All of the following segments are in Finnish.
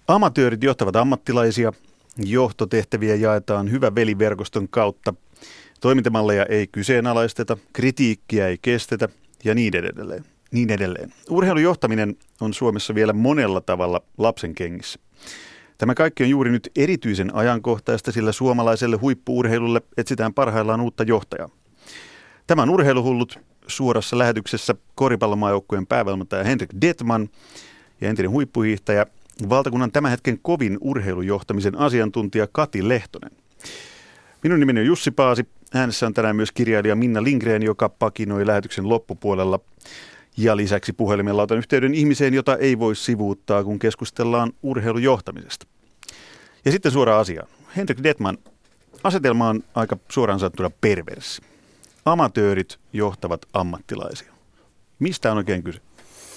Amatöörit johtavat ammattilaisia, johtotehtäviä jaetaan Hyvä veli-verkoston kautta, toimintamalleja ei kyseenalaisteta, kritiikkiä ei kestetä ja niin edelleen. Urheilujohtaminen on Suomessa vielä monella tavalla lapsen kengissä. Tämä kaikki on juuri nyt erityisen ajankohtaista, sillä suomalaiselle huippu-urheilulle etsitään parhaillaan uutta johtajaa. Tämä on Urheiluhullut suorassa lähetyksessä koripallomaajoukkueen päävalmentaja Henrik Detman ja entinen huippuhiihtäjä, valtakunnan tämän hetken kovin urheilujohtamisen asiantuntija Kati Lehtonen. Minun nimeni on Jussi Paasi. Äänessä on tänään myös kirjailija Minna Lindgren, joka pakinoi lähetyksen loppupuolella. Ja lisäksi puhelimella otan yhteyden ihmiseen, jota ei voi sivuuttaa, kun keskustellaan urheilujohtamisesta. Ja sitten suoraan asiaan. Henrik Detman, asetelma on aika suoraan sanottuna perverssi. Amatöörit johtavat ammattilaisia. Mistä on oikein kyse?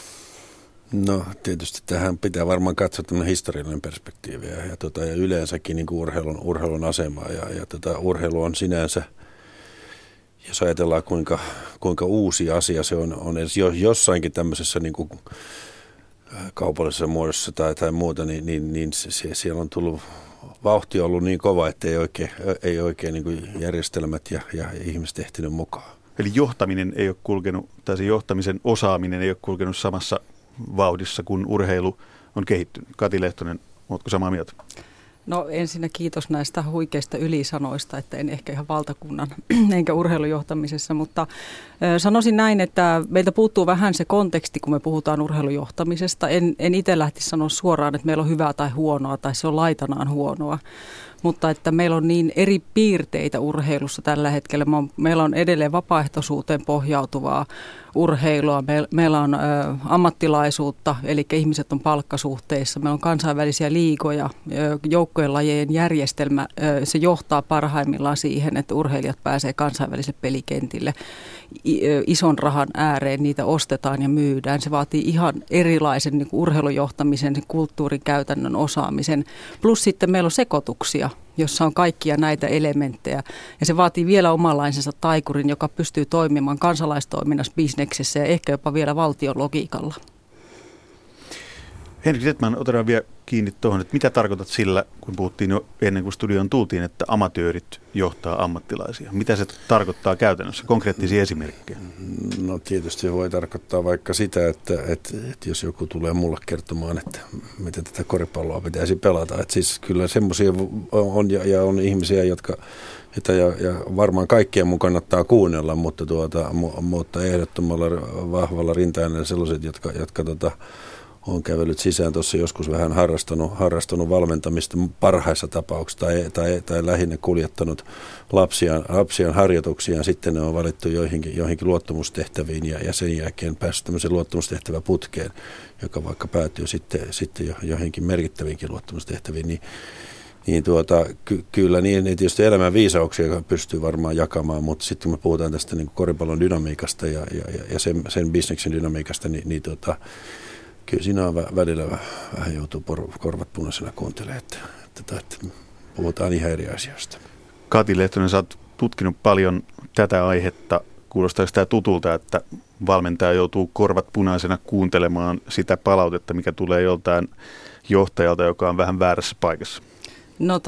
No tietysti tähän pitää varmaan katsoa tämmöinen historiallinen perspektiivi ja yleensäkin niin kuin urheilun asemaa ja urheilu on sinänsä, jos ajatellaan kuinka uusi asia se on edes jossainkin tämmöisessä niin kuin kaupallisessa muodossa tai muuta, niin siellä on tullut vauhti ollut niin kova, että ei oikein niin kuin järjestelmät ja ihmiset ehtinyt mukaan. Eli johtaminen ei ole kulkenut, tai se johtamisen osaaminen ei ole kulkenut samassa vauhdissa, kun urheilu on kehittynyt. Kati Lehtonen, oletko samaa mieltä? No ensinnä kiitos näistä huikeista ylisanoista, että en ehkä ihan valtakunnan enkä urheilujohtamisessa, mutta sanoisin näin, että meiltä puuttuu vähän se konteksti, kun me puhutaan urheilujohtamisesta. En itse lähtisi sanoa suoraan, että meillä on hyvää tai huonoa tai se on laitanaan huonoa. Mutta että meillä on niin eri piirteitä urheilussa tällä hetkellä. Meillä on edelleen vapaaehtoisuuteen pohjautuvaa urheilua. Meillä on ammattilaisuutta, eli ihmiset on palkkasuhteissa. Meillä on kansainvälisiä liigoja, joukkojen lajien järjestelmä. Se johtaa parhaimmillaan siihen, että urheilijat pääsee kansainvälisille pelikentille ison rahan ääreen. Niitä ostetaan ja myydään. Se vaatii ihan erilaisen niin kuin urheilujohtamisen, kulttuurin käytännön osaamisen. Plus sitten meillä on sekoituksia, jossa on kaikkia näitä elementtejä. Ja se vaatii vielä omanlaisensa taikurin, joka pystyy toimimaan kansalaistoiminnassa, bisneksessä ja ehkä jopa vielä valtion logiikalla. Henrik Detman, otetaan vielä kiinni tuohon, että mitä tarkoitat sillä, kun puhuttiin jo ennen kuin studioon tultiin, että amatöörit johtaa ammattilaisia. Mitä se tarkoittaa käytännössä? Konkreettisia esimerkkejä? No tietysti voi tarkoittaa vaikka sitä, että jos joku tulee mulle kertomaan, että miten tätä koripalloa pitäisi pelata. Että siis kyllä semmoisia on ja on ihmisiä, jotka varmaan kaikkien mun kannattaa kuunnella, mutta ehdottomalla vahvalla rintaäänellä sellaiset, jotka olen kävellyt sisään tuossa joskus vähän harrastanut valmentamista parhaissa tapauksissa tai lähinnä kuljettanut lapsiaan harjoituksiaan. Sitten ne on valittu joihinkin luottamustehtäviin ja sen jälkeen päässyt tämmöiseen luottamustehtäväputkeen, joka vaikka päätyy sitten joihinkin merkittäviinkin luottamustehtäviin. Kyllä niin tietysti elämän viisauksia pystyy varmaan jakamaan, mutta sitten kun me puhutaan tästä niin koripallon dynamiikasta ja sen bisneksen dynamiikasta, kyllä siinä on välillä vähän joutuu korvat punaisena kuuntelemaan, että puhutaan ihan eri asioista. Kati Lehtonen, sä oot tutkinut paljon tätä aihetta. Kuulostaako tämä tutulta, että valmentaja joutuu korvat punaisena kuuntelemaan sitä palautetta, mikä tulee joltain johtajalta, joka on vähän väärässä paikassa? No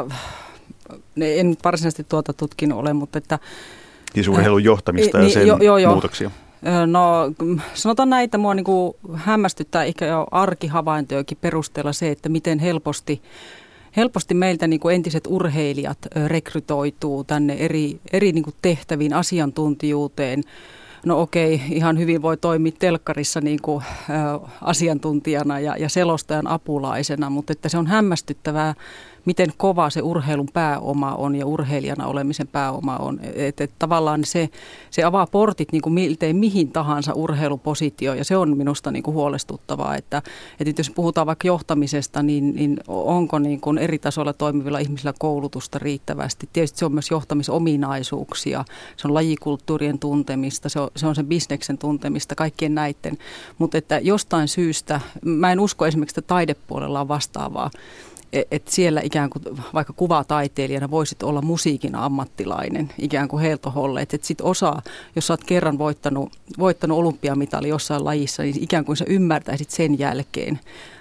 en varsinaisesti tutkinut ole, mutta että... Siis urheilun johtamista ja sen muutoksia. No sanotaan näin, että mua niin kuin hämmästyttää ehkä jo arkihavaintojenkin perusteella se, että miten helposti meiltä niin kuin entiset urheilijat rekrytoituu tänne eri niin kuin tehtäviin, asiantuntijuuteen. No okei, ihan hyvin voi toimia telkkarissa niin kuin, asiantuntijana ja selostajan apulaisena, mutta että se on hämmästyttävää, miten kova se urheilun pääoma on ja urheilijana olemisen pääoma on. Että tavallaan se avaa portit niin kuin miltei mihin tahansa urheilupositioon ja se on minusta niin kuin huolestuttavaa. Että jos puhutaan vaikka johtamisesta, niin onko niin kuin eri tasoilla toimivilla ihmisillä koulutusta riittävästi. Tietysti se on myös johtamisominaisuuksia, se on lajikulttuurien tuntemista, se on sen bisneksen tuntemista, kaikkien näiden. Mutta että jostain syystä, mä en usko esimerkiksi, että taidepuolella on vastaavaa. Että siellä ikään kuin vaikka kuvataiteilijana voisit olla musiikin ammattilainen, ikään kuin heltoholle. Että sit osaa, jos sä oot kerran voittanut olympiamitali jossain lajissa, niin ikään kuin sä ymmärtäisit sen jälkeen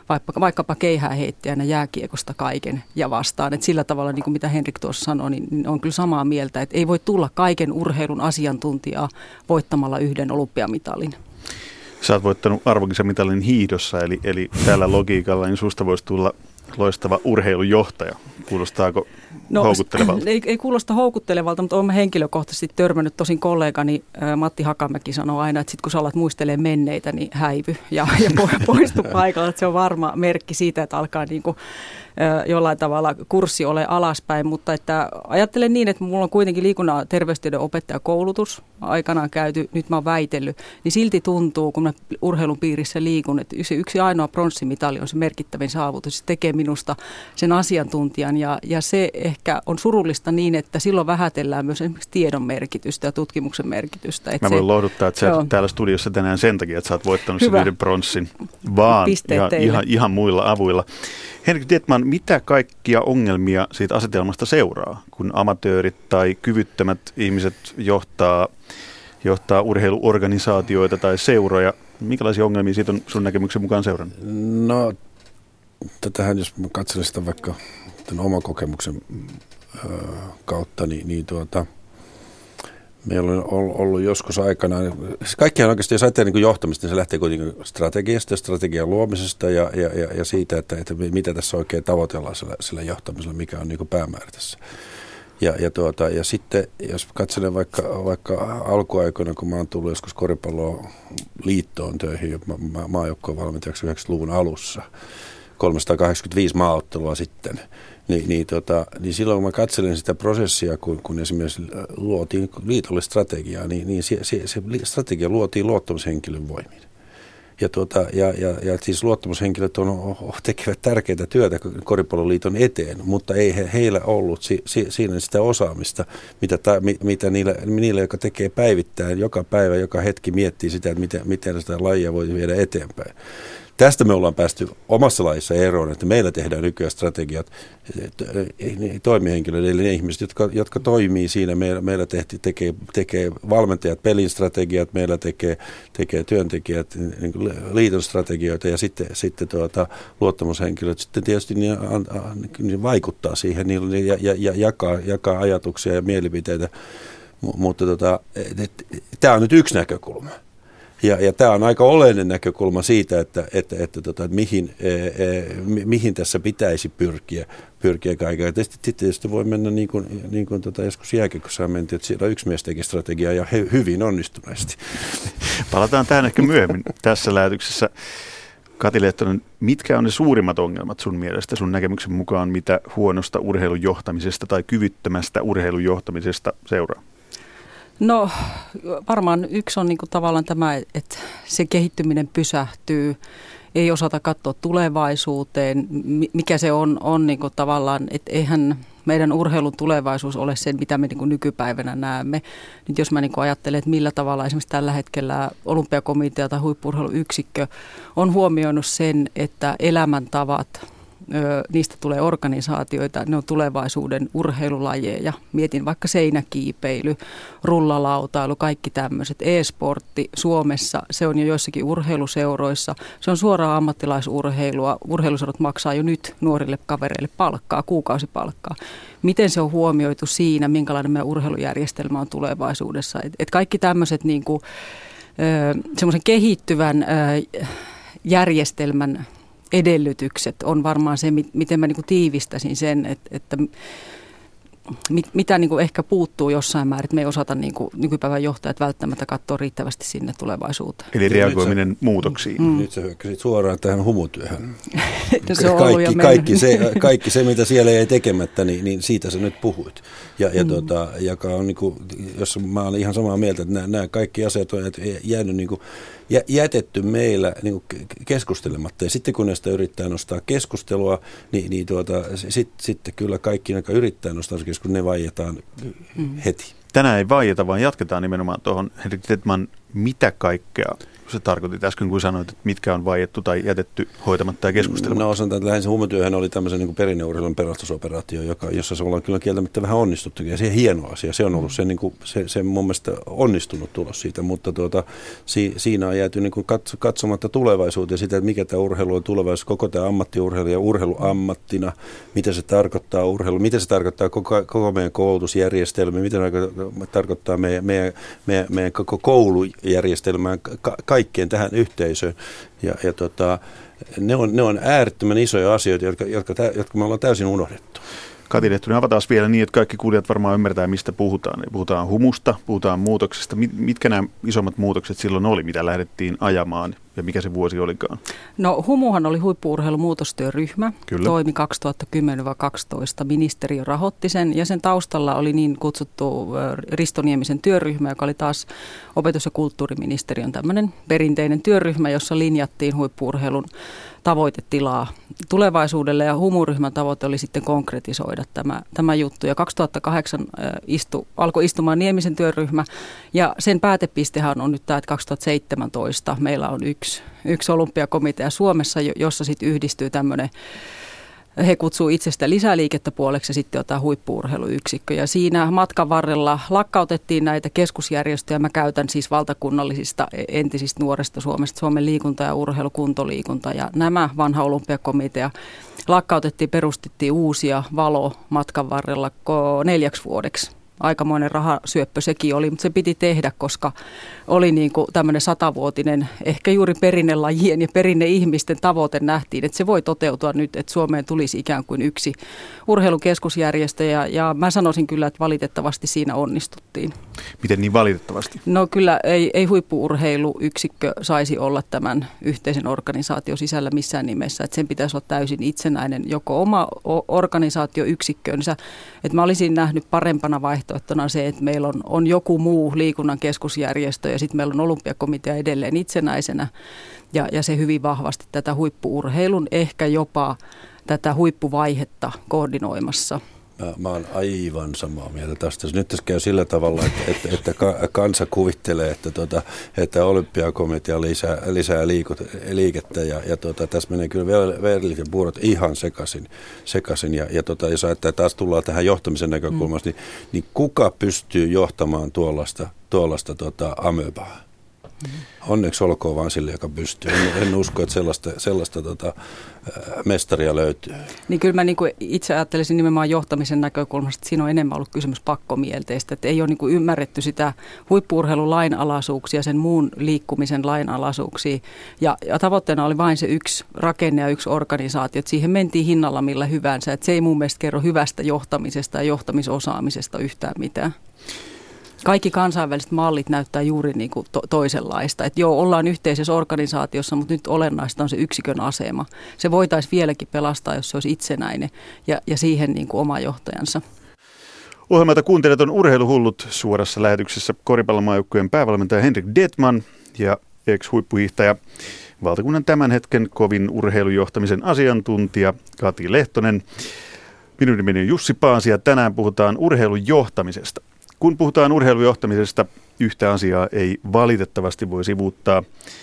vaikkapa keihääheittäjänä jääkiekosta kaiken ja vastaan. Et sillä tavalla, niin kuin mitä Henrik tuossa sanoi, niin on kyllä samaa mieltä, että ei voi tulla kaiken urheilun asiantuntijaa voittamalla yhden olympiamitalin. Sä oot voittanut arvokisamitalin hiihdossa, eli tällä logiikalla niin susta voisi tulla loistava urheilujohtaja. Kuulostaako houkuttelevalta? Ei kuulosta houkuttelevalta, mutta olen henkilökohtaisesti törmännyt. Tosin kollegani Matti Hakamäki sanoo aina, että sit kun sä alat muistelemaan menneitä, niin häivy ja poistu paikalta. Se on varma merkki siitä, että alkaa niinku jollain tavalla kurssi ole alaspäin, mutta että ajattelen niin, että mulla on kuitenkin liikunnan terveystiedon opettajakoulutus aikanaan käyty, nyt mä oon väitellyt, niin silti tuntuu, kun mä urheilun piirissä liikun, että yksi ainoa pronssimitali on se merkittävin saavutus, se tekee minusta sen asiantuntijan ja se ehkä on surullista niin, että silloin vähätellään myös esimerkiksi tiedon merkitystä ja tutkimuksen merkitystä. Mä voin lohduttaa, että sä et täällä studiossa tänään sen takia, että sä oot voittanut sen yhden pronssin, vaan ihan muilla avuilla. Henrik Detman, mitä kaikkia ongelmia siitä asetelmasta seuraa, kun amatöörit tai kyvyttömät ihmiset johtaa urheiluorganisaatioita tai seuroja? Minkälaisia ongelmia siitä on sun näkemyksen mukaan seurannut? No, tätähän jos mä katselen sitä vaikka tämän oman kokemuksen kautta, niin meillä on ollut joskus aikanaan, kaikkihan oikeasti, jos ajattelee niin johtamista, niin se lähtee kuitenkin strategiasta, strategian luomisesta ja siitä, että mitä tässä oikein tavoitellaan sillä johtamisella, mikä on niin päämäärä tässä. Ja sitten, jos katselen vaikka alkuaikoina, kun mä oon tullut joskus koripalloliittoon töihin maajoukkoon valmentajaksi 90-luvun alussa, 385 maaottelua sitten, niin silloin kun mä katselin sitä prosessia, kun esimerkiksi luotiin liitolle strategiaa, niin se strategia luotiin luottamushenkilön voimin. Ja siis luottamushenkilöt tekevät tärkeää työtä Koripalloliiton eteen, mutta ei heillä ollut siinä sitä osaamista, mitä niillä, jotka tekee päivittäin, joka päivä, joka hetki miettii sitä, että miten sitä lajia voi viedä eteenpäin. Tästä me ollaan päästy omassa lajissa eroon, että meillä tehdään nykyään strategiat toimihenkilöille, eli ne ihmiset, jotka toimii siinä. Meillä tekee valmentajat pelin strategiat, meillä tekee työntekijät niin liiton strategioita ja sitten luottamushenkilöt sitten tietysti niin vaikuttaa siihen ja jakaa ajatuksia ja mielipiteitä, mutta tämä on nyt yksi näkökulma. Ja tämä on aika oleellinen näkökulma siitä, että mihin tässä pitäisi pyrkiä kaikkea. Tietysti voi mennä niin kuin joskus jääkiekossa mentiin, että siellä yksi mies teki strategiaa ja hyvin onnistuneesti. Palataan tähän ehkä myöhemmin tässä lähetyksessä. Kati Lehtonen, mitkä on ne suurimmat ongelmat sun mielestä, sun näkemyksen mukaan, mitä huonosta urheilujohtamisesta tai kyvyttömästä urheilujohtamisesta seuraa? No varmaan yksi on niin kuin tavallaan tämä, että se kehittyminen pysähtyy, ei osata katsoa tulevaisuuteen, mikä se on niin kuin tavallaan, että eihän meidän urheilun tulevaisuus ole se, mitä me niin kuin nykypäivänä näemme. Nyt jos mä niin kuin ajattelen, että millä tavalla esimerkiksi tällä hetkellä olympiakomitea tai huippu-urheiluyksikkö on huomioinut sen, että elämäntavat, niistä tulee organisaatioita, ne on tulevaisuuden urheilulajeja. Mietin vaikka seinäkiipeily, rullalautailu, kaikki tämmöiset. E-sportti Suomessa, se on jo joissakin urheiluseuroissa. Se on suoraa ammattilaisurheilua. Urheiluseurat maksaa jo nyt nuorille kavereille palkkaa, kuukausipalkkaa. Miten se on huomioitu siinä, minkälainen meidän urheilujärjestelmä on tulevaisuudessa. Et kaikki tämmöiset niinku, semmoisen kehittyvän järjestelmän edellytykset on varmaan se, miten mä niin kuin tiivistäisin sen, että mitä niin kuin ehkä puuttuu jossain määrin, että me ei osata niin kuin nykypäivän johtajat välttämättä katsoa riittävästi sinne tulevaisuuteen. Eli reagoiminen muutoksiin. Nyt sä hyökkäsit suoraan tähän humutyöhön. Se on ollut kaikki se, mitä siellä jäi tekemättä, niin siitä sä nyt puhuit. Joka on, niin kuin, jos mä olen ihan samaa mieltä, että nämä kaikki asiat on jäänyt niin kuin, jätetty meillä niin keskustelematta. Ja sitten kun näistä yrittää nostaa keskustelua, niin sitten kyllä kaikki, jotka yrittää nostaa keskustelua, ne vaietaan heti. Tänään ei vaieta, vaan jatketaan nimenomaan tuohon, Henrik Detman, mitä kaikkea sä tarkoitit äsken, kun sanoit, että mitkä on vaiettu tai jätetty hoitamatta ja keskustelematta? No sanotaan, että lähinnä huumetyöhän oli tämmöisen niin perinneurheilun pelastusoperaatio, jossa se ollaan kyllä kieltämättä vähän onnistuttu. Ja se on hieno asia. Se on ollut se mun mielestä onnistunut tulos siitä, mutta siinä on jääty niin kuin katsomatta tulevaisuuteen sitä, että mikä tämä urheilu on tulevaisuus, koko tämä ammattiurheilu ja urheilu ammattina, mitä se tarkoittaa urheilu, mitä se tarkoittaa koko meidän koulutusjärjestelmä, mitä se tarkoittaa meidän koko koulujärjestelmään, kaikkeen tähän yhteisöön. Ne on äärettömän isoja asioita, jotka me ollaan täysin unohdettu. Kati Lehtonen, avataan vielä niin, että kaikki kuulijat varmaan ymmärtää, mistä puhutaan. Puhutaan humusta, puhutaan muutoksesta. Mitkä nämä isommat muutokset silloin oli, mitä lähdettiin ajamaan ja mikä se vuosi olikaan? No Humuhan oli huippu-urheilun muutostyöryhmä. Kyllä. Toimi 2010-2012. Ministeriö rahoitti sen ja sen taustalla oli niin kutsuttu Risto Niemisen työryhmä, joka oli taas opetus- ja kulttuuriministeriön tämmöinen perinteinen työryhmä, jossa linjattiin huippu-urheilun tavoitetilaa tulevaisuudelle ja Humu-ryhmän tavoite oli sitten konkretisoida tämä juttu. Ja 2008 alkoi istumaan Niemisen työryhmä ja sen päätepistehän on nyt tämä, että 2017 meillä on yksi olympiakomitea Suomessa, jossa sitten yhdistyy tämmöinen, he kutsuu itsestä lisäliikettä puoleksi ja sitten jotain huippu-urheiluyksikkö. Ja siinä matkan varrella lakkautettiin näitä keskusjärjestöjä. Mä käytän siis valtakunnallisista entisistä nuoresta Suomesta, Suomen liikunta- ja urheilukuntoliikunta. Ja nämä vanha olympiakomitea lakkautettiin, perustettiin uusia Valo matkan varrella 4 vuodeksi. Aikamoinen rahasyöppö sekin oli, mutta se piti tehdä, koska oli niin kuin tämmöinen 100-vuotinen, ehkä juuri perinnelajien ja perinneihmisten tavoite nähtiin, että se voi toteutua nyt, että Suomeen tulisi ikään kuin yksi urheilukeskusjärjestö ja mä sanoisin kyllä, että valitettavasti siinä onnistuttiin. Miten niin valitettavasti? No kyllä ei huippu-urheiluyksikkö saisi olla tämän yhteisen organisaation sisällä missään nimessä, että sen pitäisi olla täysin itsenäinen, joko oma organisaatioyksikkönsä, että mä olisin nähnyt parempana vaihtoehtona se, että meillä on joku muu liikunnan keskusjärjestö ja sitten meillä on olympiakomitea edelleen itsenäisenä ja se hyvin vahvasti tätä huippu-urheilun, ehkä jopa tätä huippuvaihetta koordinoimassa. Mä oon aivan samaa mieltä tästä. Nyt tässä käy sillä tavalla, että kansa kuvittelee, että olympiakomitea lisää liikettä ja tässä menee kyllä verlit ja puurot ihan sekaisin. Ja jos ajattelee, taas tullaan tähän johtamisen näkökulmasta, niin kuka pystyy johtamaan tuollaista amöbaa? Onneksi olkoon vaan sille, joka pystyy. En usko, että sellaista mestaria löytyy. Niin kyllä mä niin kuin itse ajattelisin nimenomaan johtamisen näkökulmasta, että siinä on enemmän ollut kysymys pakkomielteistä. Että ei ole niin kuin ymmärretty sitä huippu-urheilun lainalaisuuksia, sen muun liikkumisen lainalaisuuksia. Ja tavoitteena oli vain se yksi rakenne ja yksi organisaatio. Että siihen mentiin hinnalla millä hyvänsä. Että se ei mun mielestä kerro hyvästä johtamisesta ja johtamisosaamisesta yhtään mitään. Kaikki kansainväliset mallit näyttää juuri niin kuin toisenlaista. Että joo, ollaan yhteisessä organisaatiossa, mutta nyt olennaista on se yksikön asema. Se voitaisiin vieläkin pelastaa, jos se olisi itsenäinen ja siihen niin kuin oma johtajansa. Ohjelmalta kuuntelet on Urheiluhullut suorassa lähetyksessä koripallomaajoukkueen päävalmentaja Henrik Detman ja ex-huippuhiihtäjä, valtakunnan tämän hetken kovin urheilujohtamisen asiantuntija Kati Lehtonen. Minun nimeni on Jussi Paasi ja tänään puhutaan urheilujohtamisesta. Kun puhutaan urheilujohtamisesta, yhtä asiaa ei valitettavasti voi sivuuttaa.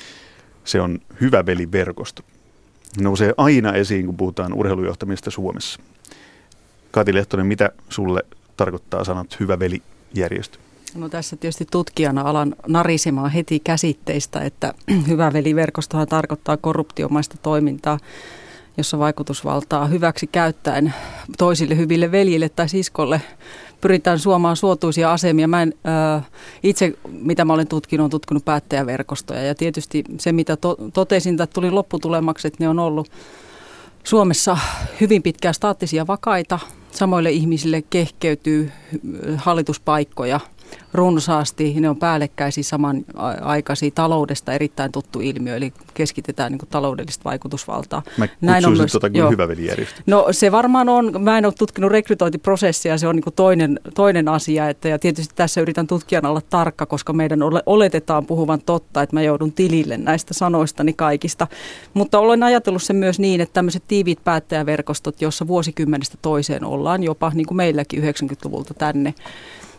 Se on hyvä veliverkosto. Nousee aina esiin, kun puhutaan urheilujohtamisesta Suomessa. Kati Lehtonen, mitä sulle tarkoittaa sanat hyvä velijärjestö? No tässä tietysti tutkijana alan narisemaan heti käsitteistä, että hyvä veliverkostohan tarkoittaa korruptiomaista toimintaa, jossa vaikutusvaltaa hyväksi käyttäen toisille hyville veljille tai siskolle pyritään suomaan suotuisia asemia. Mä en itse, mitä mä olen tutkinut, on tutkinut päättäjäverkostoja ja tietysti se, mitä totesin, että tuli lopputulemaksi, että ne on ollut Suomessa hyvin pitkään staattisia vakaita. Samoille ihmisille kehkeytyy hallituspaikkoja runsaasti. Ne on päällekkäisiä samanaikaisia, taloudesta erittäin tuttu ilmiö, eli keskitetään niin kuin taloudellista vaikutusvaltaa. Mä kutsuisin tuota kuin hyvä velijärjestö. No se varmaan on, mä en ole tutkinut rekrytointiprosessia, se on niin kuin toinen asia, ja tietysti tässä yritän tutkijana olla tarkka, koska meidän oletetaan puhuvan totta, että mä joudun tilille näistä sanoistani kaikista. Mutta olen ajatellut sen myös niin, että tämmöiset tiiviit päättäjäverkostot, jossa vuosikymmenestä toiseen ollaan jopa, niin kuin meilläkin 90-luvulta tänne,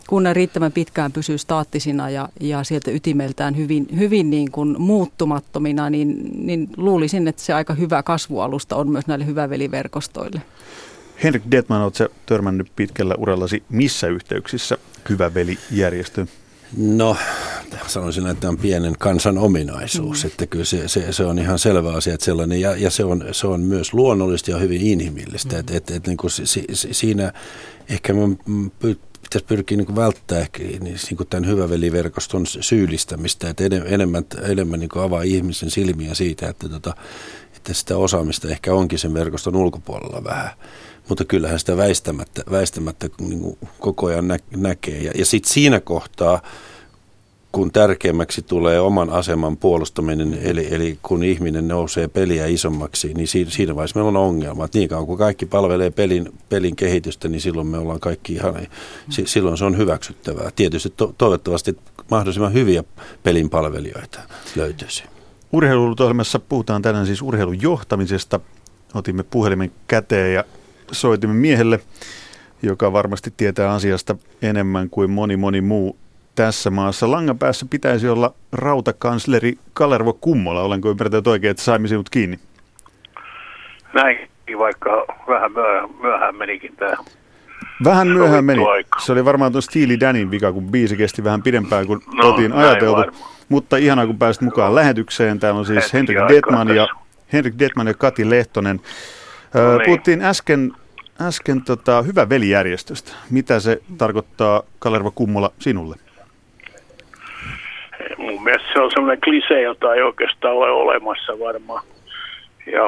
kun ne riittävän pitkään pysyy staattisina ja sieltä ytimeltään hyvin niin kuin muuttumattomina, niin luulisin, että se aika hyvä kasvualusta on myös näille hyväveliverkostoille. Henrik Detman, oletko törmännyt pitkällä urallasi missä yhteyksissä Hyvä Veli-järjestöön? No, sanoisin, että on pienen kansan ominaisuus, että kyllä se on ihan selvä asia, että sellainen, ja se on myös luonnollista ja hyvin inhimillistä, että niin kuin siinä ehkä pitäisi pyrkiä niin välttää niin kuin tämän Hyvä-veli-verkoston syyllistämistä, että enemmän niin kuin avaa ihmisen silmiä siitä, että sitä osaamista ehkä onkin sen verkoston ulkopuolella vähän. Mutta kyllähän sitä väistämättä niin kuin koko ajan näkee. Ja sitten siinä kohtaa, kun tärkeämmäksi tulee oman aseman puolustaminen, eli kun ihminen nousee peliä isommaksi, niin siinä vaiheessa meillä on ongelma. Että niin kauan kun kaikki palvelee pelin kehitystä, niin silloin me ollaan kaikki silloin se on hyväksyttävää. Tietysti toivottavasti mahdollisimman hyviä pelin palvelijoita löytyisi. Urheiluohjelmassa puhutaan tänään siis urheilun johtamisesta. Otimme puhelimen käteen ja soitimme miehelle, joka varmasti tietää asiasta enemmän kuin moni muu tässä maassa. Langan päässä pitäisi olla rautakansleri Kalervo Kummola. Olenko ymmärtänyt oikein, että saimme sinut kiinni? Näinkin, vaikka vähän myöhään menikin tämä. Vähän myöhään meni. Se oli varmaan tuon Steely Danin vika, kun biisi kesti vähän pidempään kuin oltiin ajateltu. Mutta ihanaa, kun pääsit mukaan lähetykseen. Täällä on siis Henrik Detman ja Kati Lehtonen. No niin. Puhuttiin äsken Hyvä Veli-järjestöstä. Mitä se tarkoittaa, Kalervo Kummola, sinulle? Mun mielestä se on sellainen klisee, jota ei oikeastaan ole olemassa varmaan. Ja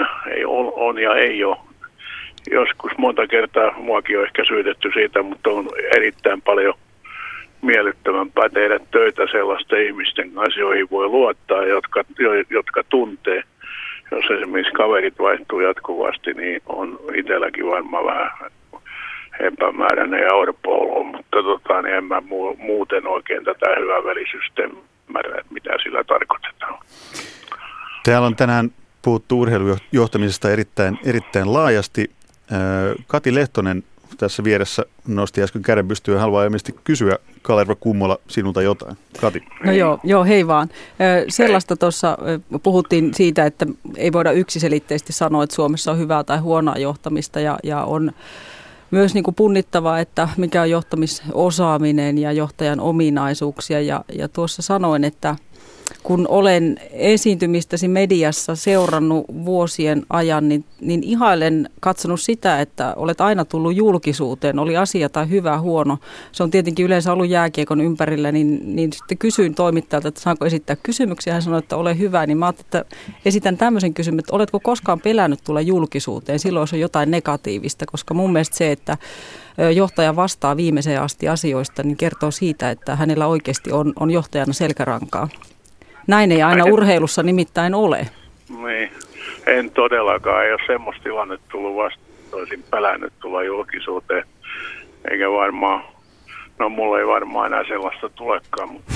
on ja ei ole. Joskus monta kertaa muakin on ehkä syytetty siitä, mutta on erittäin paljon miellyttävämpää tehdä töitä sellaisten ihmisten kanssa, joihin voi luottaa, jotka tuntee. Jos esimerkiksi kaverit vaihtuu jatkuvasti, niin on itselläkin varmaan vähän epämääräinen ja orpo-olo, mutta niin en mä muuten oikein tätä hyvää velisysteemiä ymmärrä, että mitä sillä tarkoitetaan. Täällä on tänään puhuttu urheilujohtamisesta erittäin laajasti. Kati Lehtonen tässä vieressä nosti äsken käden pystyyn ja haluaa ilmeisesti kysyä, Kalervo Kummola, sinulta jotain. Kati. No joo, hei vaan. Sellaista tuossa puhuttiin siitä, että ei voida yksiselitteisesti sanoa, että Suomessa on hyvää tai huonoa johtamista ja on myös niin kuin punnittavaa, että mikä on johtamisosaaminen ja johtajan ominaisuuksia ja tuossa sanoin, että kun olen esiintymistäsi mediassa seurannut vuosien ajan, niin ihailen katsonut sitä, että olet aina tullut julkisuuteen, oli asia tai hyvä, huono. Se on tietenkin yleensä ollut jääkiekon ympärillä, niin sitten kysyin toimittajalta, että saanko esittää kysymyksiä. Hän sanoi, että ole hyvä, niin mä ajattelin, että esitän tämmöisen kysymyksen, että oletko koskaan pelännyt tulla julkisuuteen? Silloin se on jotain negatiivista, koska mun mielestä se, että johtaja vastaa viimeiseen asti asioista, niin kertoo siitä, että hänellä oikeasti on johtajana selkärankaa. Näin ei aina urheilussa nimittäin ole. Niin, en todellakaan. Ei ole semmoista tilannetta tullut vastoisin pelännyt tulla julkisuuteen. Eikä varmaan, no mulla ei varmaan enää sellaista tulekaan, mutta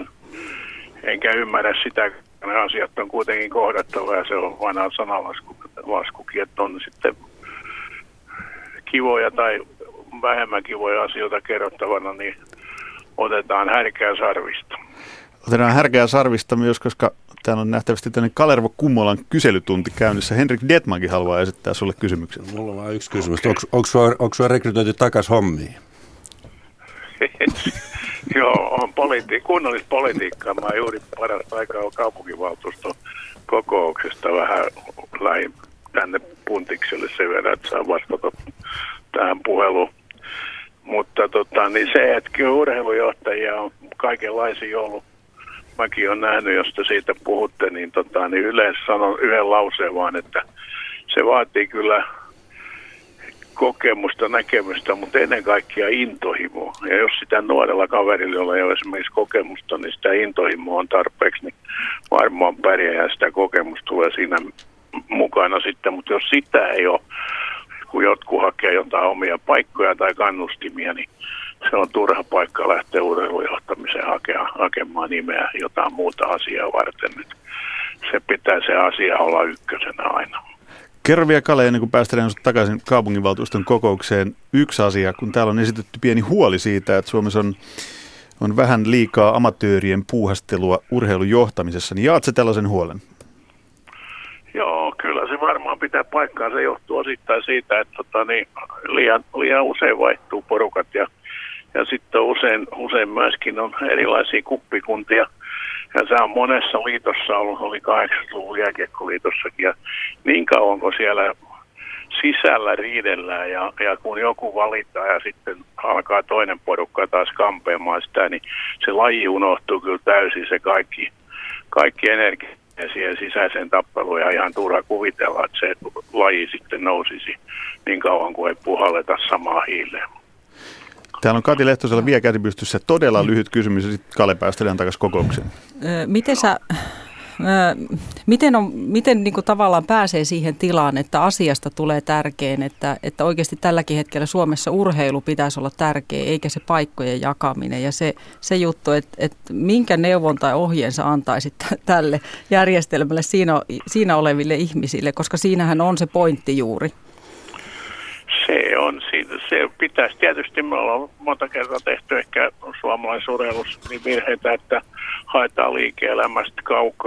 enkä ymmärrä sitä, että ne asiat on kuitenkin kohdattava ja se on vanha sanalaskukin, että on sitten kivoja tai vähemmän kivoja asioita kerrottavana, niin otetaan härkää sarvista. Otetaan härkää sarvista myös, koska täällä on nähtävästi tämmöinen Kalervo Kummolan kyselytunti käynnissä. Henrik Detmankin haluaa esittää sulle kysymyksen. Mulla on vain yksi kysymys. Onko sinua rekrytoitu takaisin hommiin? Joo, on kunnallispolitiikkaa. Mä juuri parasta aikaa kaupunginvaltuuston kokouksesta vähän lähin tänne Puntikselle sen verran, että saa vastata tähän puheluun. Mutta niin se, että kyllä urheilujohtajia on kaikenlaisia ollut. Mäkin olen nähnyt, jos te siitä puhutte, niin yleensä sanon yhden lauseen vaan, että se vaatii kyllä kokemusta, näkemystä, mutta ennen kaikkea intohimoa. Ja jos sitä nuorella kaverilla, jolla ei ole esimerkiksi kokemusta, niin sitä intohimoa on tarpeeksi, niin varmaan pärjää ja sitä kokemusta tulee siinä mukana sitten. Mutta jos sitä ei ole, kun jotkut hakee jotain omia paikkoja tai kannustimia, niin se on turha paikka lähteä urheilujohtamiseen hakemaan nimeä jotain muuta asiaa varten. Se pitää se asia olla ykkösenä aina. Kerro vielä, Kale, ennen kuin päästään takaisin kaupunginvaltuuston kokoukseen, yksi asia, kun täällä on esitetty pieni huoli siitä, että Suomessa on vähän liikaa amatöörien puuhastelua urheilujohtamisessa, niin jaat sä tällaisen huolen? Joo, kyllä se varmaan pitää paikkaa. Se johtuu osittain siitä, että liian usein vaihtuu porukat ja sitten usein myöskin on erilaisia kuppikuntia. Ja se on monessa liitossa ollut, oli 80-luvun jääkiekkoliitossakin. Ja niin kauan kun siellä sisällä riidellään ja kun joku valitaan ja sitten alkaa toinen porukka taas kampeamaan sitä, niin se laji unohtuu kyllä täysin, se kaikki energia siihen sisäiseen tappeluun, ja ihan turha kuvitella, että se laji sitten nousisi niin kauan kuin ei puhalleta samaa hiileen. Täällä on Kati Lehtosella vielä käsi pystyssä. Todella lyhyt kysymys ja sitten Kale päästään takaisin kokoukseen. Miten niin kuin tavallaan pääsee siihen tilaan, että asiasta tulee tärkein, että oikeasti tälläkin hetkellä Suomessa urheilu pitäisi olla tärkeä, eikä se paikkojen jakaminen. Ja se juttu, että minkä neuvon tai ohjeen sä antaisit tälle järjestelmälle siinä oleville ihmisille, koska siinähän on se pointti juuri. Se pitäisi tietysti, me ollaan monta kertaa tehty ehkä suomalaisurheilussa niin virheitä, että haetaan liike-elämästä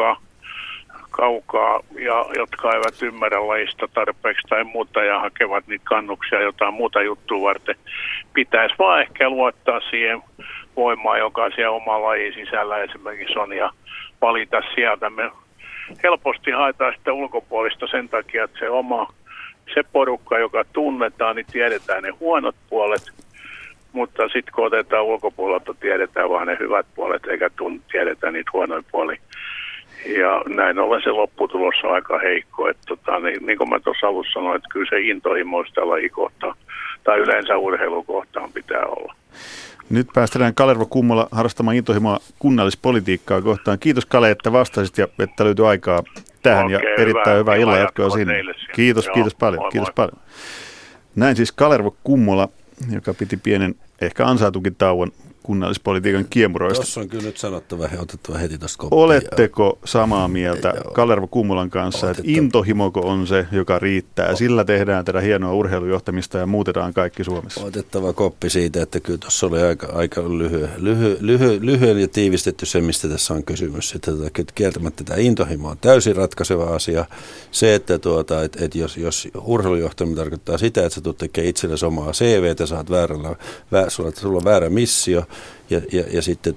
kaukaa ja jotka eivät ymmärrä lajista tarpeeksi tai muuta ja hakevat niitä kannuksia jotain muuta juttua varten. Pitäisi vaan ehkä luottaa siihen voimaan, joka siellä oma lajin sisällä esimerkiksi on, ja valita sieltä. Me helposti haetaan sitä ulkopuolista sen takia, että se porukka, joka tunnetaan, niin tiedetään ne huonot puolet, mutta sitten kun otetaan ulkopuolelta, tiedetään vaan ne hyvät puolet, eikä tiedetä niitä huonoja puolia. Ja näin ollen se lopputulos on aika heikko. Että niin kuin mä tuossa alussa sanoin, että kyllä se intohimo sitä lajikohtaan tai yleensä urheilukohtaan pitää olla. Nyt päästään Kalervo Kummola harrastamaan intohimoa kunnallispolitiikkaa kohtaan. Kiitos, Kale, että vastasit ja että löytyi aikaa tähän. Okei, ja erittäin hyvää illan jatkoa sinne. Kiitos paljon. Moi, kiitos paljon. Näin siis Kalervo Kummola, joka piti pienen, ehkä ansaitukin tauon kunnallispolitiikan kiemuroista. Tuossa on kyllä nyt sanottava ja otettava heti tuosta koppia. Oletteko samaa mieltä Kalervo Kummolan kanssa, että intohimoko on se, joka riittää? Sillä tehdään tätä hienoa urheilujohtamista ja muutetaan kaikki Suomessa. Otettava koppi siitä, että kyllä tuossa oli aika lyhyen ja tiivistetty se, mistä tässä on kysymys. Että kieltämättä tämä intohimo on täysin ratkaiseva asia. Se, että jos urheilujohtaminen tarkoittaa sitä, että sä tulet tekemään itsellesi omaa CVtä, saat sulla on väärä missio. Ja sitten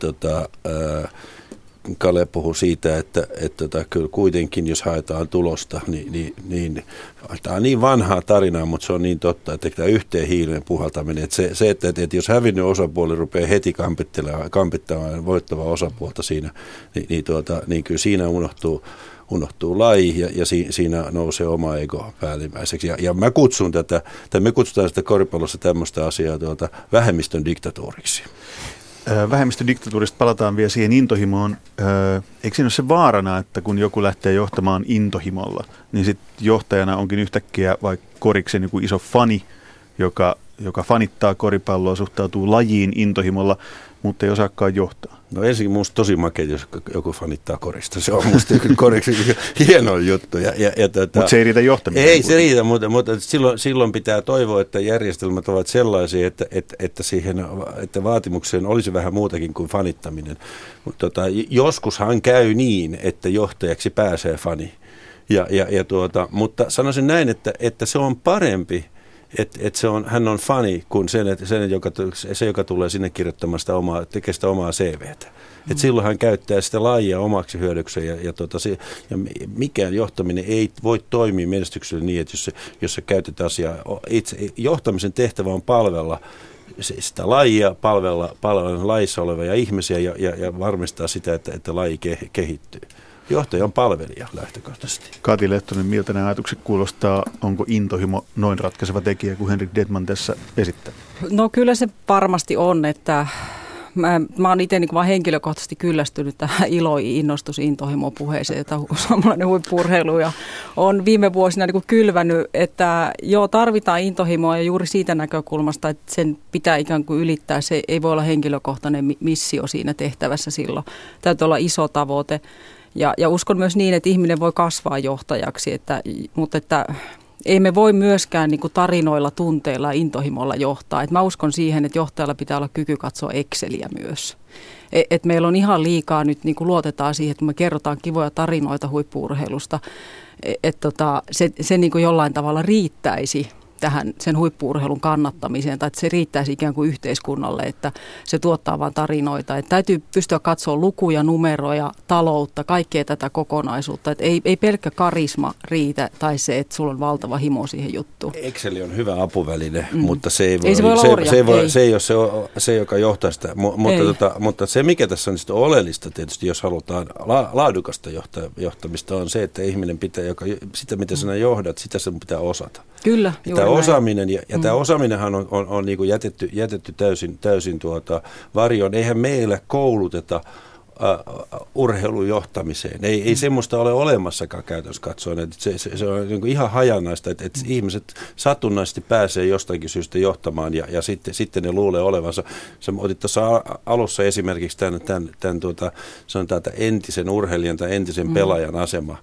Kale puhui siitä, että kyllä kuitenkin, jos haetaan tulosta, niin tämä on niin vanhaa tarinaa, mutta se on niin totta, että tämä yhteen hiileen puhaltaminen. Että se että jos hävinnyt osapuoli rupeaa heti kampittamaan voittavaa osapuolta siinä, niin kyllä siinä unohtuu laji ja siinä nousee oma ego päällimmäiseksi. Ja me kutsutaan sitä koripallossa tämmöistä asiaa vähemmistön diktatuuriksi. Vähemmistödiktatuurista palataan vielä siihen intohimoon. Eikö siinä ole se vaarana, että kun joku lähtee johtamaan intohimolla, niin sitten johtajana onkin yhtäkkiä vaikka koriksen joku iso fani, joka fanittaa koripalloa, suhtautuu lajiin intohimolla, mutta ei osaakaan johtaa? No ensinnäkin minusta tosi makea, jos joku fanittaa korista. Se on minusta koriksi hieno juttu. Mutta se ei riitä johtamiseen. Ei se riitä, mutta silloin pitää toivoa, että järjestelmät ovat sellaisia, että vaatimukseen olisi vähän muutakin kuin fanittaminen. Joskushan käy niin, että johtajaksi pääsee fani. Mutta sanoisin näin, että se on parempi, että hän on fani kuin se, joka tulee sinne kirjoittamaan tekee sitä omaa CVtä. Että silloin hän käyttää sitä lajia omaksi hyödykseen ja mikään johtaminen ei voi toimia menestyksellä niin, että jos se käytetään asiaa itse. Johtamisen tehtävä on palvella sitä lajia, palvella lajissa olevia ihmisiä ja varmistaa sitä, että laji kehittyy. Johtaja on palvelija lähtökohtaisesti. Kati Lehtonen, miltä nämä ajatukset kuulostaa? Onko intohimo noin ratkaiseva tekijä kuin Henrik Detman tässä esittää? No kyllä se varmasti on, että mä oon itse niin henkilökohtaisesti kyllästynyt tähän innostus intohimo-puheeseen, jota suomalainen huippu-urheilu ja on viime vuosina niin kylvänyt, että joo, tarvitaan intohimoa ja juuri siitä näkökulmasta, että sen pitää ikään kuin ylittää. Se ei voi olla henkilökohtainen missio siinä tehtävässä silloin. Täytyy olla iso tavoite. Ja uskon myös niin, että ihminen voi kasvaa johtajaksi, mutta ei me voi myöskään niin kuin tarinoilla, tunteilla ja intohimolla johtaa. Et mä uskon siihen, että johtajalla pitää olla kyky katsoa Exceliä myös. Et meillä on ihan liikaa nyt niin kuin luotetaan siihen, että me kerrotaan kivoja tarinoita huippu-urheilusta, että se niin kuin jollain tavalla riittäisi tähän sen huippu-urheilun kannattamiseen, tai että se riittäisi ikään kuin yhteiskunnalle, että se tuottaa vain tarinoita. Että täytyy pystyä katsoa lukuja, numeroja, taloutta, kaikkea tätä kokonaisuutta. Että ei pelkkä karisma riitä tai se, että sulla on valtava himo siihen juttuun. Excel on hyvä apuväline, mutta se ei ole se, joka johtaa sitä. Mutta se, mikä tässä on sitten oleellista tietysti, jos halutaan laadukasta johtamista, on se, että ihminen pitää, sitä mitä sinä johdat, sitä sen pitää osata. Kyllä, tämä osaaminen, tämä osaaminenhan on niin kuin jätetty täysin varjoon. Eihän meillä kouluteta urheilujohtamiseen. Ei semmoista ole olemassakaan käytössä katsoen. Se on niin kuin ihan hajanaista, että ihmiset satunnaisesti pääsee jostakin syystä johtamaan ja sitten ne luulee olevansa. Sä otit tuossa alussa esimerkiksi sanotaan entisen urheilijan tai entisen pelaajan asema,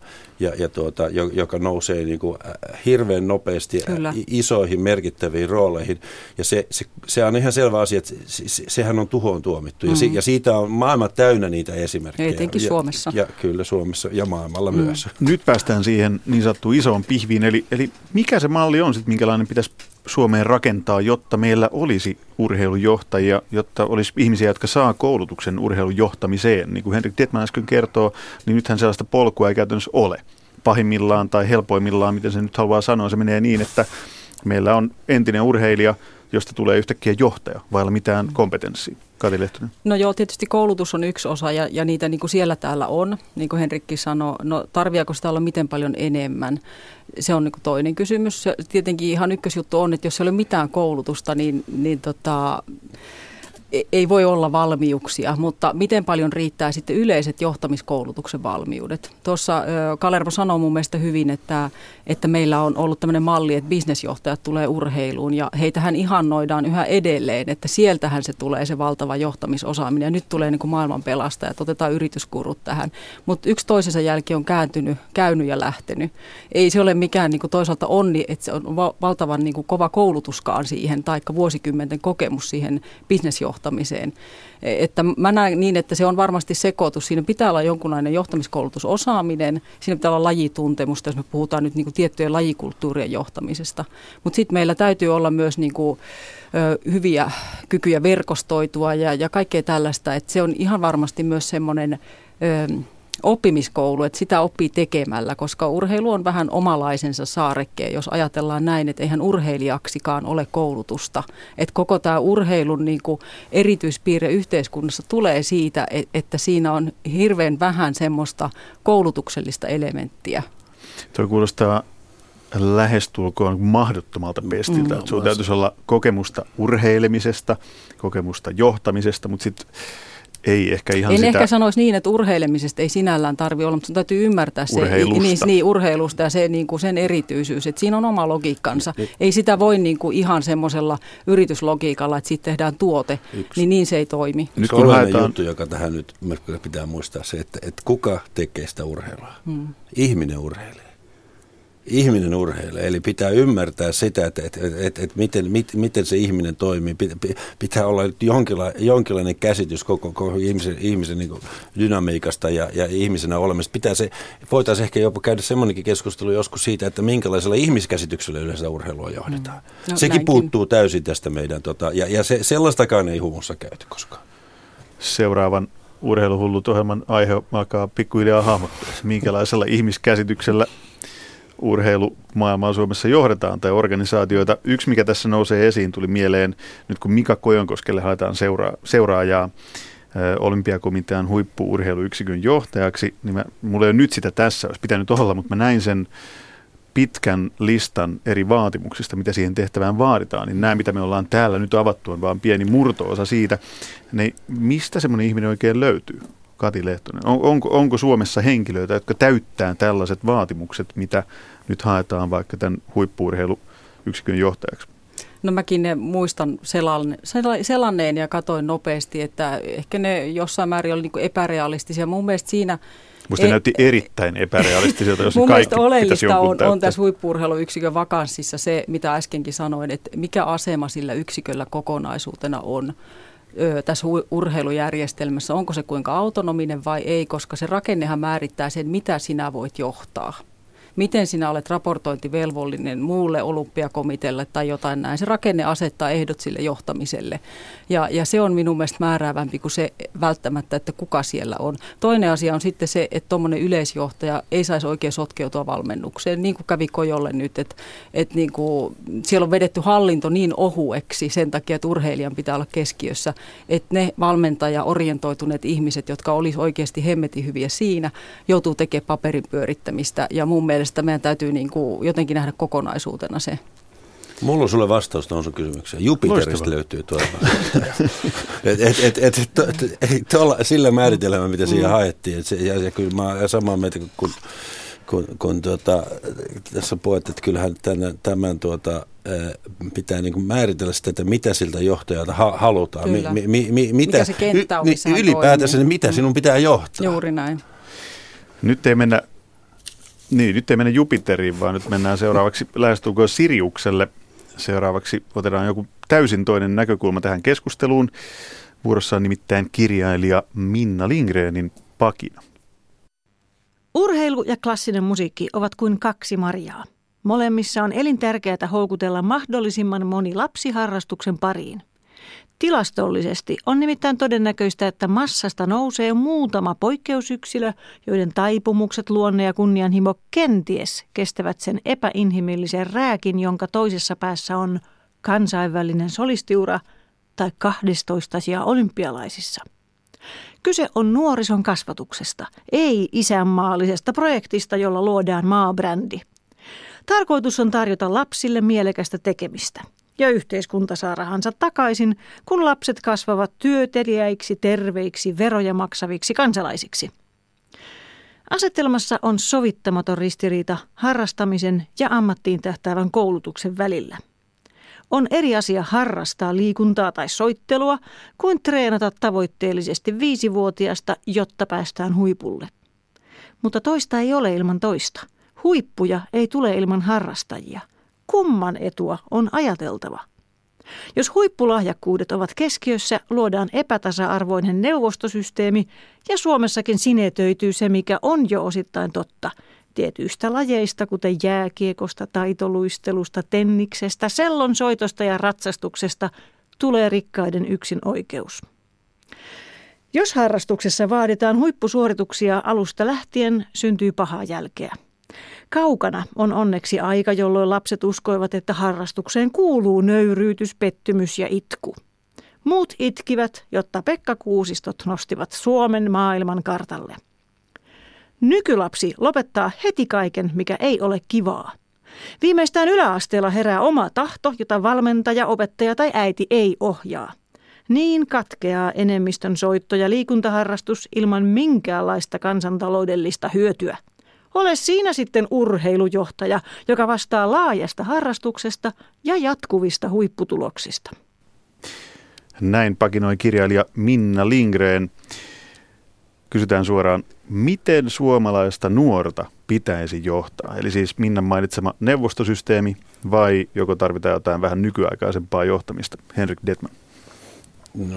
joka nousee niin kuin hirveän nopeasti isoihin merkittäviin rooleihin. Ja se on ihan selvä asia, että sehän on tuhoon tuomittu. Ja siitä on maailma täynnä niitä esimerkkejä. Etenkin Suomessa. Ja kyllä Suomessa ja maailmalla myös. Nyt päästään siihen niin sanottuun isoon pihviin. Eli mikä se malli on sitten, minkälainen pitäisi Suomeen rakentaa, jotta meillä olisi urheilujohtajia, jotta olisi ihmisiä, jotka saa koulutuksen urheilujohtamiseen. Niin kuin Henrik Detman äsken kertoo, niin nythän sellaista polkua ei käytännössä ole. Pahimmillaan tai helpoimmillaan, miten se nyt haluaa sanoa, se menee niin, että meillä on entinen urheilija, josta tulee yhtäkkiä johtaja, vailla mitään kompetenssia. Kati Lehtonen. No joo, tietysti koulutus on yksi osa ja niitä niin kuin siellä täällä on, niin kuin Henrikki sanoi. No tarviaako sitä olla miten paljon enemmän? Se on niin kuin toinen kysymys. Tietenkin ihan ykkösjuttu on, että jos ei ole mitään koulutusta, niin ei voi olla valmiuksia, mutta miten paljon riittää sitten yleiset johtamiskoulutuksen valmiudet? Tuossa Kalervo sanoi mun mielestä hyvin, että meillä on ollut tämmöinen malli, että bisnesjohtajat tulee urheiluun ja heitähän ihannoidaan yhä edelleen, että sieltähän se tulee se valtava johtamisosaaminen ja nyt tulee niin kuin maailman pelastajat, otetaan yrityskurut tähän, mutta yksi toisensa jälkeen on käynyt ja lähtenyt. Ei se ole mikään niin kuin toisaalta onni, että se on valtavan niin kuin kova koulutuskaan siihen, taikka vuosikymmenten kokemus siihen bisnesjohtamiseen. Että mä näen niin, että se on varmasti sekoitus. Siinä pitää olla jonkunlainen johtamiskoulutusosaaminen, siinä pitää olla lajituntemusta, jos me puhutaan nyt niin kuin tiettyjen lajikulttuurien johtamisesta. Mutta sitten meillä täytyy olla myös niin kuin, hyviä kykyjä verkostoitua ja kaikkea tällaista. Että se on ihan varmasti myös semmoinen oppimiskoulu, että sitä oppii tekemällä, koska urheilu on vähän omalaisensa saarekkeen, jos ajatellaan näin, että eihän urheilijaksikaan ole koulutusta. Että koko tämä urheilun niin kuin erityispiirre yhteiskunnassa tulee siitä, että siinä on hirveän vähän semmoista koulutuksellista elementtiä. Tuo kuulostaa lähestulkoon mahdottomalta pestiltä. No, sinulla täytyisi olla kokemusta urheilemisesta, kokemusta johtamisesta, mutta sitten ei ehkä ihan en sitä. Ehkä sanoisi niin, että urheilemisesta ei sinällään tarvitse olla, mutta sun täytyy ymmärtää se urheilusta ja se, niin kuin sen erityisyys, että siinä on oma logiikkansa. Ei sitä voi niin kuin ihan semmoisella yrityslogiikalla, että siitä tehdään tuote, niin se ei toimi. Nyt kun haetaan juttu, joka tähän nyt pitää muistaa se, että kuka tekee sitä urheilua? Ihminen urheilee. Ihminen urheilee, eli pitää ymmärtää sitä, että miten se ihminen toimii. Pitää olla jonkinlainen käsitys koko ihmisen niin kuin dynamiikasta ja ihmisenä olemista. Voitaisiin ehkä jopa käydä semmoinenkin keskustelu joskus siitä, että minkälaisella ihmiskäsityksellä yleensä urheilua johdetaan. No, sekin näinkin puuttuu täysin tästä meidän, ja sellaistakaan ei humussa käyty koskaan. Seuraavan Urheiluhullut-ohjelman aihe alkaa pikkuhiljaa hahmottaa, minkälaisella ihmiskäsityksellä urheilumaailmaa Suomessa johdetaan tai organisaatioita. Yksi, mikä tässä nousee esiin, tuli mieleen nyt kun Mika Kojonkoskelle haetaan seuraajaa Olympiakomitean huippu-urheiluyksikön johtajaksi, niin mulla ei ole nyt sitä tässä, olisi pitänyt olla, mutta mä näin sen pitkän listan eri vaatimuksista, mitä siihen tehtävään vaaditaan, niin nämä, mitä me ollaan täällä nyt avattu, on vaan pieni murto-osa siitä, niin mistä semmoinen ihminen oikein löytyy? Kati Lehtonen. Onko Suomessa henkilöitä, jotka täyttää tällaiset vaatimukset, mitä nyt haetaan vaikka tämän huippu-urheiluyksikön johtajaksi? No mäkin ne muistan selanneen ja katoin nopeasti, että ehkä ne jossain määrin oli niin kuin epärealistisia. Mun mielestä siinä... Musta näytti erittäin epärealistiselta, jos mun kaikki pitäisi jonkun oleellista on tässä huippu-urheiluyksikön vakanssissa se, mitä äskenkin sanoin, että mikä asema sillä yksiköllä kokonaisuutena on tässä urheilujärjestelmässä. Onko se kuinka autonominen vai ei, koska se rakennehan määrittää sen, mitä sinä voit johtaa. Miten sinä olet raportointivelvollinen muulle olympiakomiteelle tai jotain näin. Se rakenne asettaa ehdot sille johtamiselle ja se on minun mielestä määräävämpi kuin se välttämättä, että kuka siellä on. Toinen asia on sitten se, että tuommoinen yleisjohtaja ei saisi oikein sotkeutua valmennukseen, niin kuin kävi Kojolle nyt, että niin kuin siellä on vedetty hallinto niin ohueksi sen takia, että urheilijan pitää olla keskiössä, että ne valmentaja-orientoituneet ihmiset, jotka olisi oikeasti hemmetin hyviä siinä, joutuu tekemään paperin pyörittämistä ja mun mielestä meidän täytyy niin kuin jotenkin nähdä kokonaisuutena se. Mulla on sulle vastaus nousun kysymykseen. Jupiterista löytyy tuolla. Sillä määritelmä, mitä siihen haettiin. Ja kyllä mä olen samaa mieltä kun tässä puhuttiin, että kyllähän tämän pitää niin kuin määritellä sitä, että mitä siltä johtajalta halutaan. Mikä se kenttä on, missä hän ylipäätänsä, niin mitä sinun pitää johtaa. Juuri näin. Nyt ei mennä Jupiteriin, vaan nyt mennään seuraavaksi lähestulkoon Siriukselle. Seuraavaksi otetaan joku täysin toinen näkökulma tähän keskusteluun. Vuorossa on nimittäin kirjailija Minna Lindgrenin Pakina. Urheilu ja klassinen musiikki ovat kuin kaksi marjaa. Molemmissa on elintärkeää houkutella mahdollisimman moni lapsi harrastuksen pariin. Tilastollisesti on nimittäin todennäköistä, että massasta nousee muutama poikkeusyksilö, joiden taipumukset, luonne ja kunnianhimo kenties kestävät sen epäinhimillisen rääkin, jonka toisessa päässä on kansainvälinen solistiura tai 12 sija olympialaisissa. Kyse on nuorison kasvatuksesta, ei isänmaallisesta projektista, jolla luodaan maabrändi. Tarkoitus on tarjota lapsille mielekästä tekemistä. Ja yhteiskunta saa rahansa takaisin, kun lapset kasvavat työteliäiksi, terveiksi, veroja maksaviksi kansalaisiksi. Asetelmassa on sovittamaton ristiriita harrastamisen ja ammattiin tähtäävän koulutuksen välillä. On eri asia harrastaa liikuntaa tai soittelua kuin treenata tavoitteellisesti 5-vuotiaasta, jotta päästään huipulle. Mutta toista ei ole ilman toista. Huippuja ei tule ilman harrastajia. Kumman etua on ajateltava? Jos huippulahjakkuudet ovat keskiössä, luodaan epätasa-arvoinen neuvostosysteemi ja Suomessakin sinetöityy se, mikä on jo osittain totta. Tietyistä lajeista, kuten jääkiekosta, taitoluistelusta, tenniksestä, sellonsoitosta ja ratsastuksesta, tulee rikkaiden yksin oikeus. Jos harrastuksessa vaaditaan huippusuorituksia alusta lähtien, syntyy pahaa jälkeä. Kaukana on onneksi aika, jolloin lapset uskoivat, että harrastukseen kuuluu nöyryytys, pettymys ja itku. Muut itkivät, jotta Pekka Kuusistot nostivat Suomen maailman kartalle. Nykylapsi lopettaa heti kaiken, mikä ei ole kivaa. Viimeistään yläasteella herää oma tahto, jota valmentaja, opettaja tai äiti ei ohjaa. Niin katkeaa enemmistön soitto- ja liikuntaharrastus ilman minkäänlaista kansantaloudellista hyötyä. Ole siinä sitten urheilujohtaja, joka vastaa laajasta harrastuksesta ja jatkuvista huipputuloksista. Näin pakinoi kirjailija Minna Lindgren. Kysytään suoraan, miten suomalaista nuorta pitäisi johtaa? Eli siis Minnan mainitsema neuvostosysteemi vai joko tarvitaan jotain vähän nykyaikaisempaa johtamista? Henrik Detman. No,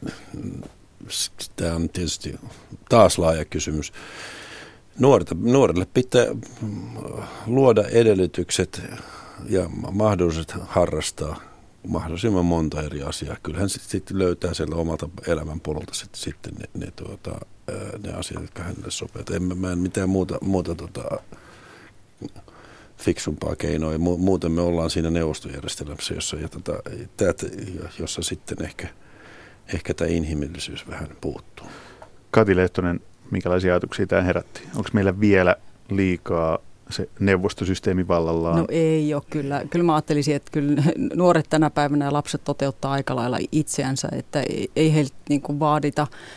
tämä on tietysti taas laaja kysymys. Nuorille pitää luoda edellytykset ja mahdollisuudet harrastaa mahdollisimman monta eri asiaa. Kyllähän sitten löytää sieltä omalta elämänpolulta sitten ne asiat, jotka hänelle sopivat. Mä en mitään muuta fiksumpaa keinoa. Muuten me ollaan siinä neuvostojärjestelmässä, jossa sitten ehkä tämä inhimillisyys vähän puuttuu. Kati Lehtonen, minkälaisia ajatuksia tämä herätti? Onko meillä vielä liikaa se neuvostosysteemi vallallaan? No ei ole kyllä. Kyllä mä ajattelisin, että kyllä nuoret tänä päivänä ja lapset toteuttaa aika lailla itseänsä, että ei heiltä niin kuin vaadita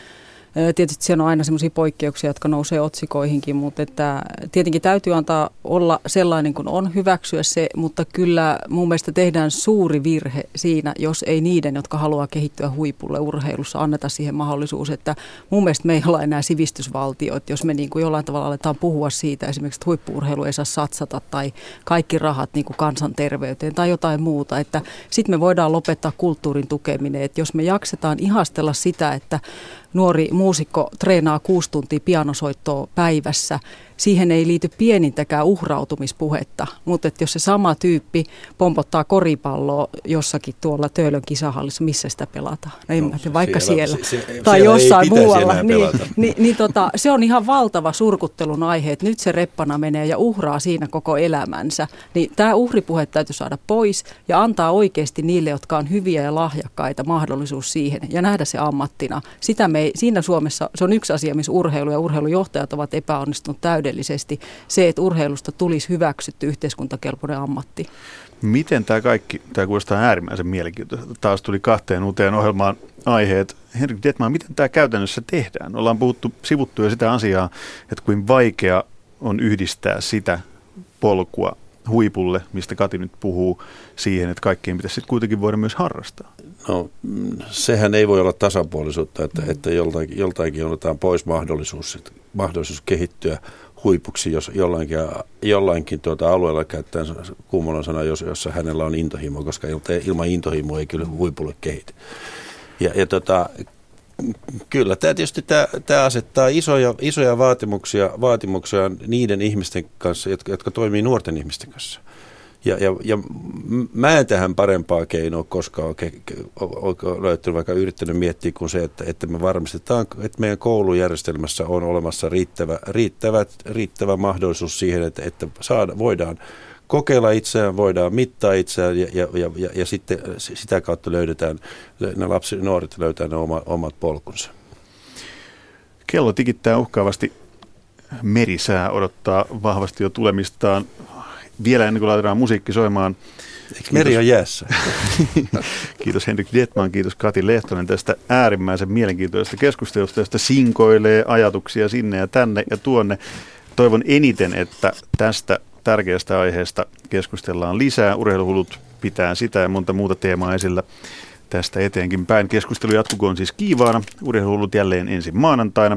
Tietysti siellä on aina semmoisia poikkeuksia, jotka nousee otsikoihinkin, mutta että tietenkin täytyy antaa olla sellainen kuin on, hyväksyä se, mutta kyllä mun mielestä tehdään suuri virhe siinä, jos ei niiden, jotka haluaa kehittyä huipulle urheilussa, anneta siihen mahdollisuus, että mun mielestä me ei olla enää sivistysvaltio, että jos me niin kuin jollain tavalla aletaan puhua siitä, esimerkiksi että huippu-urheilu ei saa satsata tai kaikki rahat niin kuin kansanterveyteen tai jotain muuta, että sitten me voidaan lopettaa kulttuurin tukeminen, että jos me jaksetaan ihastella sitä, että nuori muusikko treenaa 6 tuntia pianosoittoa päivässä, siihen ei liity pienintäkään uhrautumispuhetta, mutta että jos se sama tyyppi pompottaa koripalloa jossakin tuolla Töölön kisahallissa, missä sitä pelataan, vaikka siellä tai jossain muualla, se on ihan valtava surkuttelun aihe, että nyt se reppana menee ja uhraa siinä koko elämänsä, niin tämä uhripuhe täytyy saada pois ja antaa oikeasti niille, jotka on hyviä ja lahjakkaita, mahdollisuus siihen ja nähdä se ammattina. Siinä Suomessa se on yksi asia, missä urheilu ja urheilujohtajat ovat epäonnistuneet täydellisesti. Se, että urheilusta tulisi hyväksytty yhteiskuntakelpoinen ammatti. Miten tämä kuulostaa äärimmäisen mielenkiintoista. Taas tuli 2 uuteen ohjelmaan aiheet. Henrik Detman, miten tämä käytännössä tehdään? Ollaan sivuttu jo sitä asiaa, että kuin vaikea on yhdistää sitä polkua huipulle, mistä Kati nyt puhuu, siihen, että kaikkien pitäisi sitten kuitenkin voida myös harrastaa. No, sehän ei voi olla tasapuolisuutta, että joltainkin otetaan pois mahdollisuus kehittyä huipuksi, jos jollainkin alueella käyttää kummallinen sana, jossa hänellä on intohimo, koska ilman intohimoa ei kyllä huipulle kehity. Kyllä, tämä asettaa isoja vaatimuksia niiden ihmisten kanssa, jotka toimii nuorten ihmisten kanssa. Ja mä en tähän parempaa keinoa koskaan ole löytynyt, vaikka yrittänyt miettiä kuin se, että me varmistetaan, että meidän koulujärjestelmässä on olemassa riittävä mahdollisuus siihen, että voidaan kokeilla itseään, voidaan mittaa itseään ja sitten sitä kautta löydetään, ne nuoret löytää ne omat polkunsa. Kello tikittää uhkaavasti, merisää odottaa vahvasti jo tulemistaan. Vielä ennen kuin laitetaan musiikki soimaan. Eikö meri on jäässä? Kiitos Henrik Detman, kiitos Kati Lehtonen tästä äärimmäisen mielenkiintoisesta keskustelusta, josta sinkoilee ajatuksia sinne ja tänne ja tuonne. Toivon eniten, että tästä tärkeästä aiheesta keskustellaan lisää. Urheiluhullut pitää sitä ja monta muuta teemaa esillä tästä eteenkin päin. Keskustelu jatkukoon siis kiivaana. Urheiluhullut jälleen ensi maanantaina.